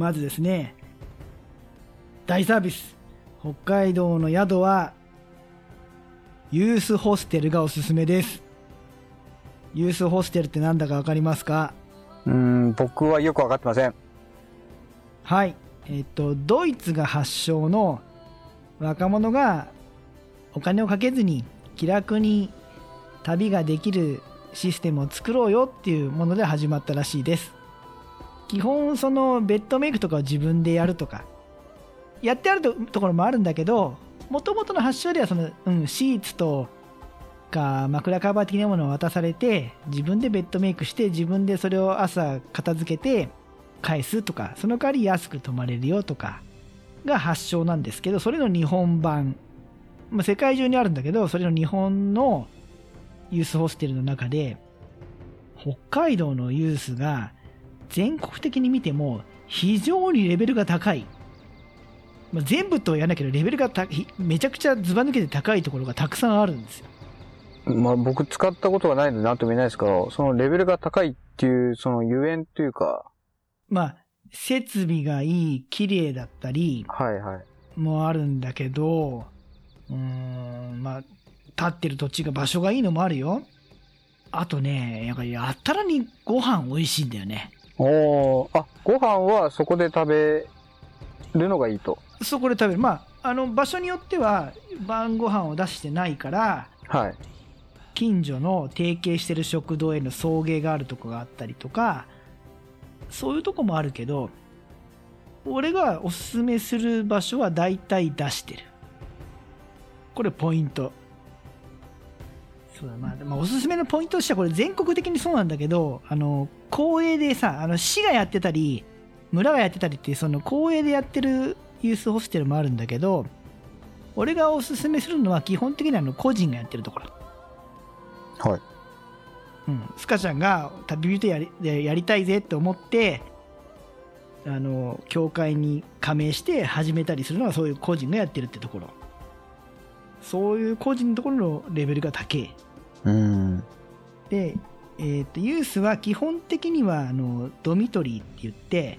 まずですね、大サービス。北海道の宿はユースホステルがおすすめです。ユースホステルって何だか分かりますか？ 僕はよく分かってません。 はい、ドイツが発祥の若者がお金をかけずに気楽に旅ができるシステムを作ろうよっていうもので始まったらしいです。基本そのベッドメイクとかを自分でやるとかやってあるところもあるんだけど、もともとの発祥ではその、シーツとか枕カバー的なものを渡されて自分でベッドメイクして自分でそれを朝片付けて返すとか、その代わり安く泊まれるよとかが発祥なんですけど、それの日本版、世界中にあるんだけど、それの日本のユースホステルの中で北海道のユースが全国的に見ても非常にレベルが高い、全部とは言わないけどレベルがめちゃくちゃずば抜けて高いところがたくさんあるんですよ。 僕使ったことがないので何とも言えないですけど、そのレベルが高いっていうそのゆえんというか、 設備がいい、綺麗だったりもあるんだけど、立ってる土地が場所がいいのもあるよ。あとね、やたらにご飯美味しいんだよね。 ご飯はそこで食べるのがいいと。 そこで食べる。場所によっては晩ご飯を出してないから、近所の提携してる食堂への送迎があるとこがあったりとか、そういうとこもあるけど、俺がおすすめする場所は大体出してる。これポイント。そうだ、おすすめのポイントとしてはこれ全国的にそうなんだけど、公営でさ、市がやってたり村がやってたりっていう、その公営でやってるユースホステルもあるんだけど、俺がおすすめするのは基本的には個人がやってるところ。スカちゃんが旅人やりたいぜって思って協会に加盟して始めたりするのはそういう個人がやってるってところ。そういう個人のところのレベルが高い。で、ユースは基本的にはドミトリーって言って、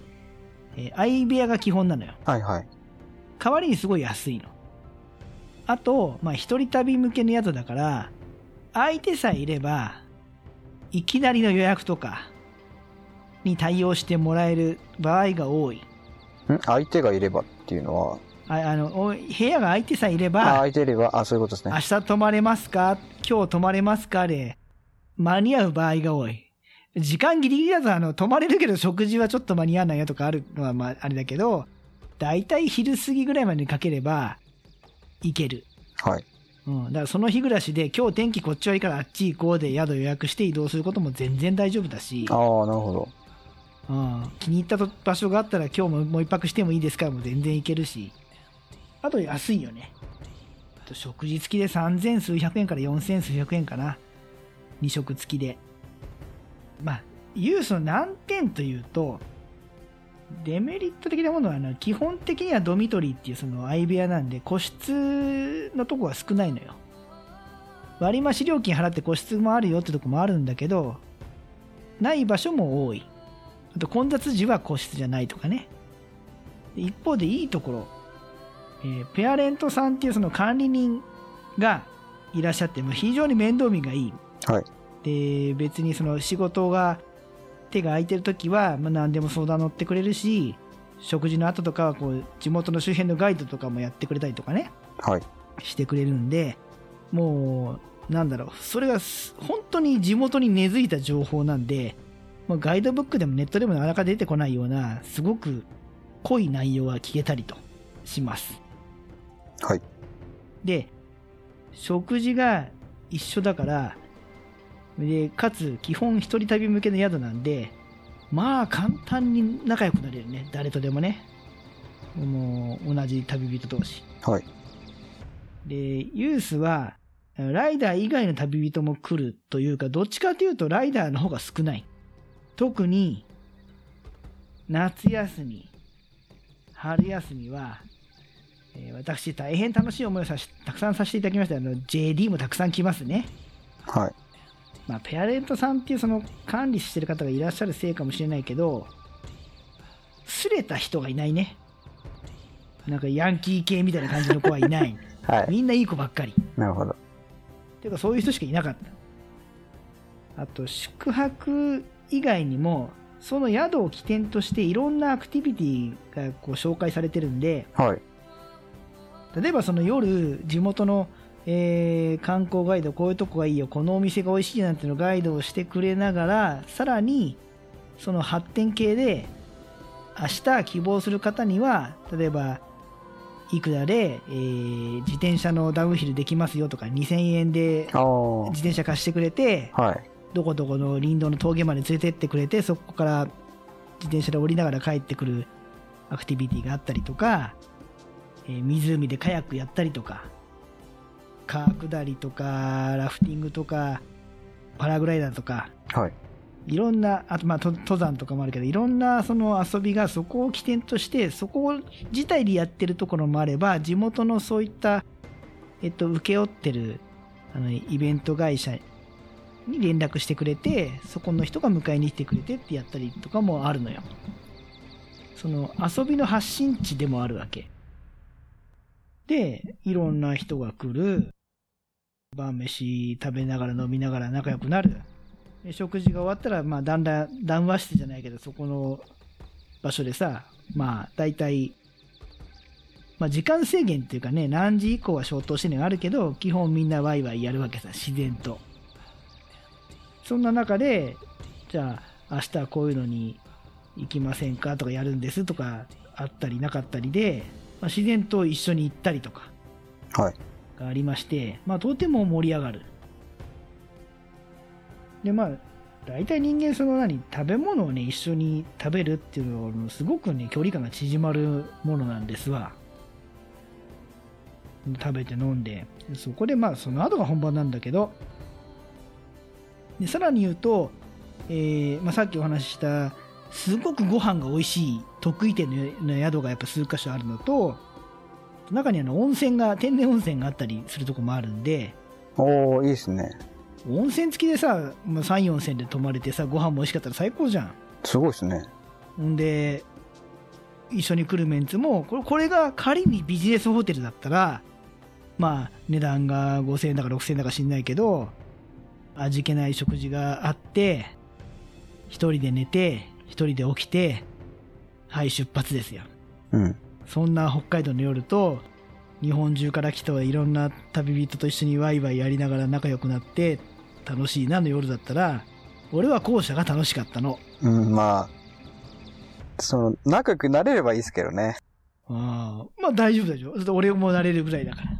相部屋が基本なのよ。代わりにすごい安いの。あと一人旅向けの宿だから相手さえいればいきなりの予約とかに対応してもらえる場合が多い。 相手がいればっていうのは部屋が空いてさえいれば、 そういうことですね。 明日泊まれますか、今日泊まれますかで間に合う場合が多い。時間ギリギリだと泊まれるけど食事はちょっと間に合わないよとかあるのはあれだけど、だいたい昼過ぎぐらいまでにかければ行ける。だからその日暮らしで今日天気こっちはいいからあっち行こうで宿予約して移動することも全然大丈夫だし。 なるほど。気に入った場所があったら今日もう一泊してもいいですからも全然行けるし。あと安いよね。食事付きで3000数百円から4000数百円かな。2食付きで。ユースの難点というと、デメリット的なものは基本的にはドミトリーっていうその相部屋なんで個室のとこは少ないのよ。割増料金払って個室もあるよってとこもあるんだけど、ない場所も多い。あと混雑時は個室じゃないとかね。一方でいいところ、ペアレントさんっていうその管理人がいらっしゃって、非常に面倒見がいい。で、別にその仕事が手が空いてる時は何でも相談乗ってくれるし、食事の後とかは地元の周辺のガイドとかもやってくれたりとかね、してくれるんで、もうそれが本当に地元に根付いた情報なんで、ガイドブックでもネットでもなかなか出てこないようなすごく濃い内容が聞けたりとします。で、食事が一緒だから、でかつ基本一人旅向けの宿なんで、簡単に仲良くなれるね。誰とでもね。もう同じ旅人同士。で、ユースはライダー以外の旅人も来るというか、どっちかというとライダーの方が少ない。特に夏休み、春休みは、私大変楽しい思いをたくさんさせていただきました。JD もたくさん来ますね。ペアレントさんっていうその管理してる方がいらっしゃるせいかもしれないけど、 すれた人がいないね。なんかヤンキー系みたいな感じの子はいない。 はい。 みんないい子ばっかり。 なるほど。 ていうかそういう人しかいなかった。あと宿泊以外にもその宿を起点としていろんなアクティビティがこう紹介されてるんで、 はい。 例えばその夜地元の、観光ガイド、こういうとこがいいよ、このお店が美味しいなんていうのガイドをしてくれながら、さらにその発展系で明日希望する方には例えばいくらで、自転車のダウンヒルできますよとか、2000円でああ。 自転車貸してくれて、 はい。 どこどこの林道の峠まで連れてってくれて、そこから自転車で降りながら帰ってくるアクティビティがあったりとか、湖でカヤックやったりとか、川下りとかラフティングとかパラグライダーとか、 はい。 いろんな、あとまあ登山とかもあるけど、いろんなその遊びがそこを起点として、そこ自体でやってるところもあれば、地元のそういった、請け負ってるイベント会社に連絡してくれて、そこの人が迎えに来てくれてってやったりとかもあるのよ。その遊びの発信地でもあるわけ。で、いろんな人が来る。晩飯食べながら飲みながら仲良くなる。食事が終わったら、まあ、だんだん談話室じゃないけど、そこの場所でさ、まあ、大体、まあ、時間制限っていうかね、何時以降は消灯してるのがあるけど、基本みんなワイワイやるわけさ、自然と。そんな中で、じゃあ、明日はこういうのに行きませんかとかやるんですとか、あったりなかったりで、まあ、自然と一緒に行ったりとか、 はい。 がありまして、まあ、とても盛り上がる。で、まあ、大体人間、食べ物をね、一緒に食べるっていうのは、すごくね、距離感が縮まるものなんですわ。食べて飲んで。そこで、まあ、その後が本番なんだけど、でさらに言うと、まあ、さっきお話しした、すごくご飯が美味しい得意店の宿がやっぱ数カ所あるのと、中に温泉が、天然温泉があったりするとこもあるんで、 おー、いいですね。 温泉付きでさ、まあ、3、4千で泊まれてさ、ご飯も美味しかったら最高じゃん。 すごいですね。 んで、一緒に来るメンツも、これが仮にビジネスホテルだったら、まあ、値段が5000円だか6000円だか知んないけど、味気ない食事があって、一人で寝て、一人で起きて、はい、出発ですよ。 うん。 そんな北海道の夜と、日本中から来たいろんな旅人と一緒にワイワイやりながら仲良くなって楽しいなの夜だったら、俺は後者が楽しかったの。 うん、まあ、仲良くなれればいいですけどね。 まあ大丈夫でしょ。俺もなれるぐらいだから。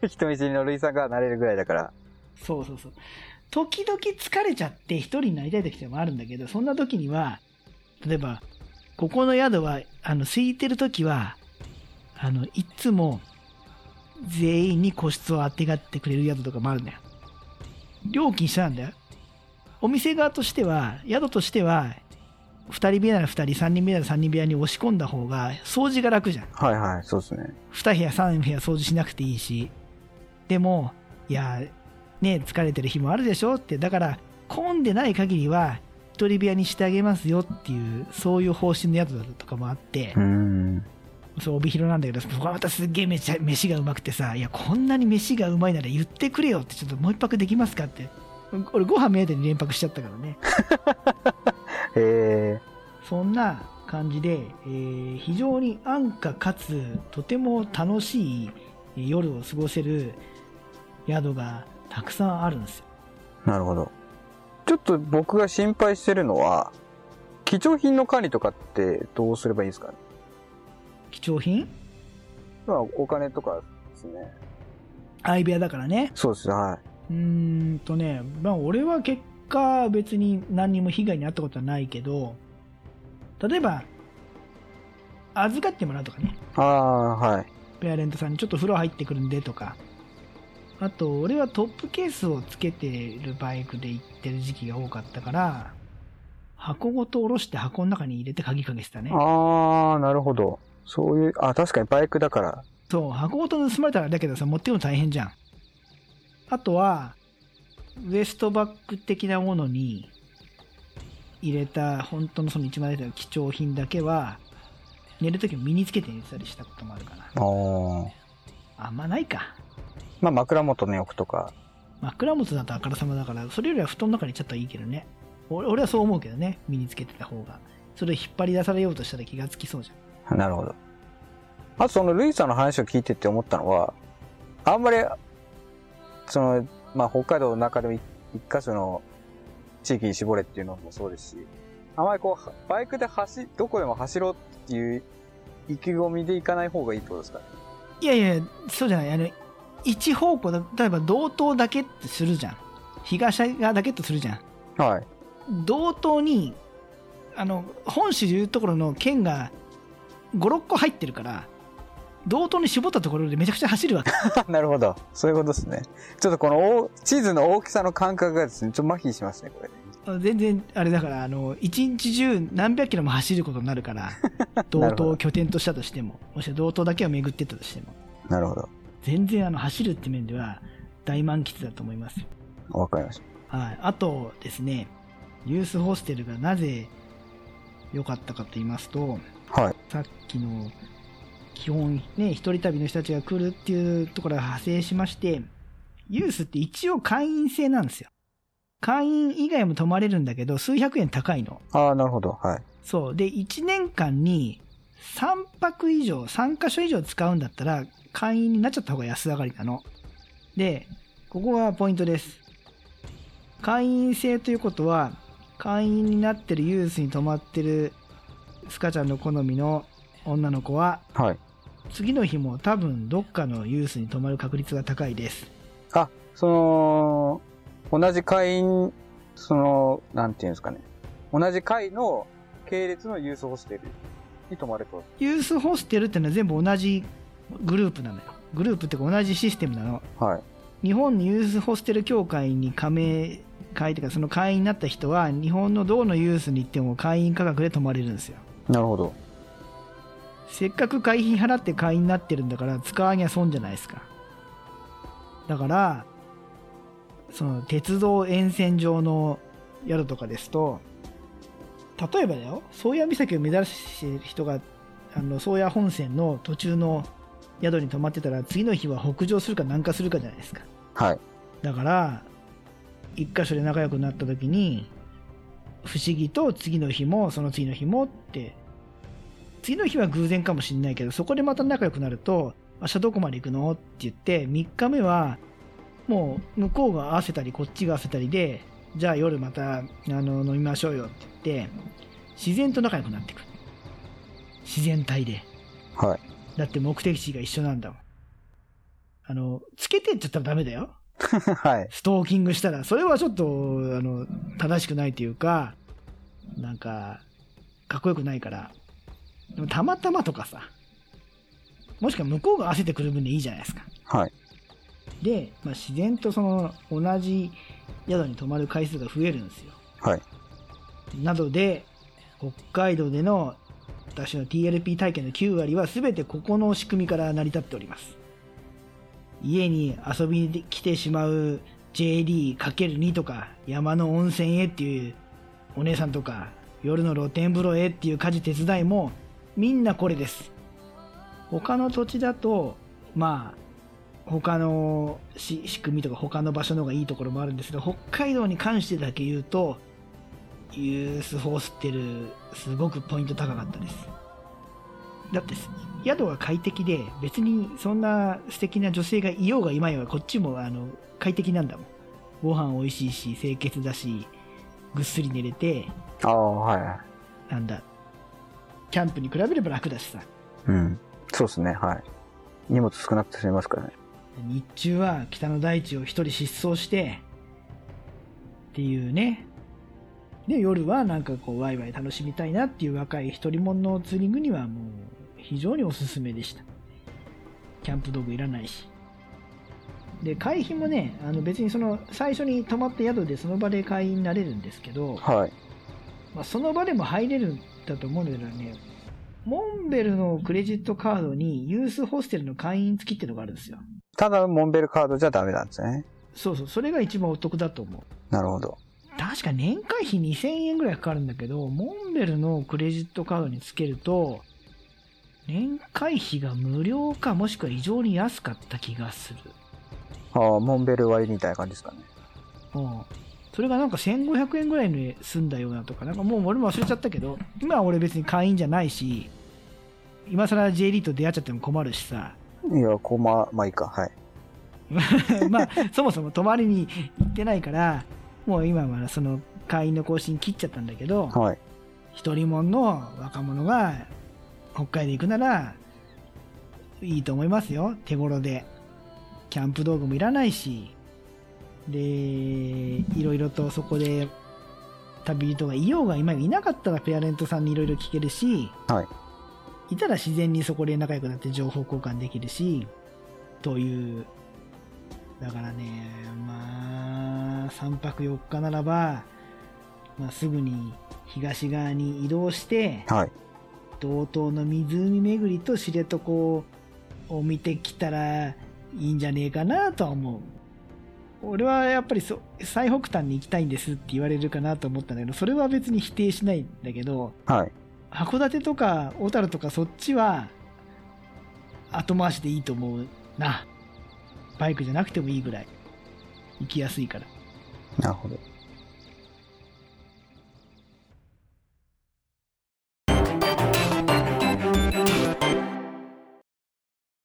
人見知りのルイさんがなれるぐらいだから。 そうそうそう。時々疲れちゃって一人になりたい時もあるんだけど、そんな時には、例えば、ここの宿は、空いてる時は、いつも全員に個室をあてがってくれる宿とかもあるんだよ。料金一緒なんだよ。お店側としては、宿としては、2人部屋なら2人、3人部屋なら3人部屋に押し込んだ方が掃除が楽じゃん。 はいはい、そうですね。 2部屋、3部屋掃除しなくていいし。でも、いや、ね、疲れてる日もあるでしょって、だから、混んでない限りは、1人部屋にしてあげますよっていう、そういう方針の宿とかもあって、そう、帯広なんだけど、そこはまたすっげえ飯がうまくてさ、いや、こんなに飯がうまいなら言ってくれよって、ちょっともう一泊できますかって。俺、ご飯目当てに連泊しちゃったからね。 へえ。 そんな感じで、非常に安価かつ、とても楽しい夜を過ごせる宿がたくさんあるんですよ。 なるほど。ちょっと僕が心配してるのは、貴重品の管理とかってどうすればいいですかね。 貴重品？ まあ、お金とかですね。 相部屋だからね。 そうです、はい。 まあ俺は結果別に何にも被害に遭ったことはないけど、例えば、預かってもらうとかね。 ああ、はい。 ペアレントさんにちょっと風呂入ってくるんでとか。あと、俺はトップケースをつけてるバイクで行ってる時期が多かったから、箱ごと下ろして箱の中に入れて鍵かけてたね。 ああ、なるほど。そういう、確かにバイクだから。 そう、箱ごと盗まれたらだけどさ、持ってくの大変じゃん。あとは、ウエストバッグ的なものに、 入れた本当のその一番大事な貴重品だけは寝るとき身につけて寝てたりしたこともあるかな。あんまないか。 まあ枕元に置くとか。 枕元だとあからさまだから、それよりは布団の中に入れちゃったらいいけどね。俺はそう思うけどね、身につけてた方が。それを引っ張り出されようとしたら気がつきそうじゃん。なるほど。あとそのルイさんの話を聞いてて思ったのは、あんまりそのまあ北海道の中でも一箇所の地域に絞れっていうのもそうですし、あまりこうバイクでどこでも走ろうっていう意気込みで行かない方がいいってことですかね。 いやいや、そうじゃない。一方向、例えば道東だけってするじゃん。東側だけとするじゃん。 はい。 道東に本州でいうところの県が5、6個入ってるから、道東に絞ったところでめちゃくちゃ走るわけ。 なるほど。そういうことですね。ちょっとこの地図の大きさの感覚がですね、ちょっと麻痺しますね、これ。 全然あれだから、一日中何百キロも走ることになるから、道東を拠点としたとしても、もし道東だけを巡ってったとしても。 なるほど。 全然走るって面では大満喫だと思います。 わかりました。 はい。あとですね、ユースホステルがなぜ良かったかと言いますと、 はい。 さっきの基本ね、一人旅の人たちが来るっていうところが派生しまして、ユースって一応会員制なんですよ。会員以外も泊まれるんだけど、数百円高いの。 ああ、なるほど。はい。 そう。で、1年間に3泊以上、3カ所以上使うんだったら、会員になっちゃった方が安上がりなの。で、ここがポイントです。会員制ということは、会員になってるユースに泊まってるスカちゃんの好みの女の子は、 はい。 次の日も多分どっかのユースに泊まる確率が高いです。 あ、同じ会員、なんていうんですかね。同じ会の系列のユースホステルに泊まると。 ユースホステルってのは全部同じグループなのよ。グループっていうか同じシステムなの。 はい。 日本ユースホステル協会に会というかその会員になった人は日本のどのユースに行っても会員価格で泊まれるんですよ。 なるほど。 せっかく会費払って会員になってるんだから使わには損じゃないですか。だからその鉄道沿線上の宿とかですと、例えばだよ、宗谷岬を目指している人が宗谷本線の途中の宿に泊まってたら次の日は北上するか南下するかじゃないですか。 はい。 だから一箇所で仲良くなった時に不思議と次の日もその次の日もって、次の日は偶然かもしれないけど、そこでまた仲良くなると、明日どこまで行くのって言って3日目はもう向こうが合わせたりこっちが合わせたりで、じゃあ夜また飲みましょうよって言って自然と仲良くなっていく。自然体で。 はい。 だって目的地が一緒なんだもん。つけてっちゃったらダメだよ。 はい。 ストーキングしたら、それはちょっと、正しくないというか、なんか、かっこよくないから。でもたまたまとかさ、もしくは向こうが合わせてくる分でいいじゃないですか。 はい。 で、自然とその、同じ宿に泊まる回数が増えるんですよ。 はい。 などで、北海道での私の TLP 体験の9割は全てここの仕組みから成り立っております。家に遊びに来てしまう JD×2 とか山の温泉へっていうお姉さんとか夜の露天風呂へっていう家事手伝いもみんなこれです。他の土地だと他の仕組みとか他の場所の方がいいところもあるんですけど、北海道に関してだけ言うとユースホステルすごくポイント高かったです。だって宿が快適で別にそんな素敵な女性がいようがいまいがこっちも快適なんだもん。ご飯美味しいし清潔だしぐっすり寝れて、 はい。 なんだキャンプに比べれば楽だしさ。 うん。そうですね。はい。荷物少なくて済みますからね。 日中は北の大地を一人疾走してっていうね。で夜はなんかこうワイワイ楽しみたいなっていう若い一人者のツーリングにはもう非常におすすめでした。キャンプ道具いらないし。で会費もね、別にその最初に泊まった宿でその場で会員になれるんですけど、 はい。 その場でも入れるんだと思うんだけどね、モンベルのクレジットカードにユースホステルの会員付きっていうのがあるんですよ。 ただモンベルカードじゃダメなんですね。 そうそう、それが一番お得だと思う。 なるほど。 確か年会費2000円ぐらいかかるんだけど、モンベルのクレジットカードにつけると、年会費が無料かもしくは異常に安かった気がする。 モンベル割みたいな感じですかね。 それがなんか1500円ぐらいで済んだようなとか、なんかもう俺も忘れちゃったけど、今は俺別に会員じゃないし、今更 J リーグと出会っちゃっても困るしさ。 いや、まあいいか、はい。 まあ、そもそも泊まりに行ってないから、もう今はその会員の更新切っちゃったんだけど、 はい。 一人もんの若者が北海道行くならいいと思いますよ。手頃で。キャンプ道具もいらないし、で、いろいろとそこで旅人がいようが今いなかったらペアレントさんにいろいろ聞けるし、 はい。 いたら自然にそこで仲良くなって情報交換できるし、という。だからね、まあ、3泊4日ならば、まあ、すぐに東側に移動して、 はい。 道東の湖巡りと知床を見てきたらいいんじゃねえかなとは思う。俺はやっぱり最北端に行きたいんですって言われるかなと思ったんだけど、それは別に否定しないんだけど、 はい。 函館とか小樽とかそっちは後回しでいいと思うな。バイクじゃなくてもいいぐらい行きやすいから。 なるほど。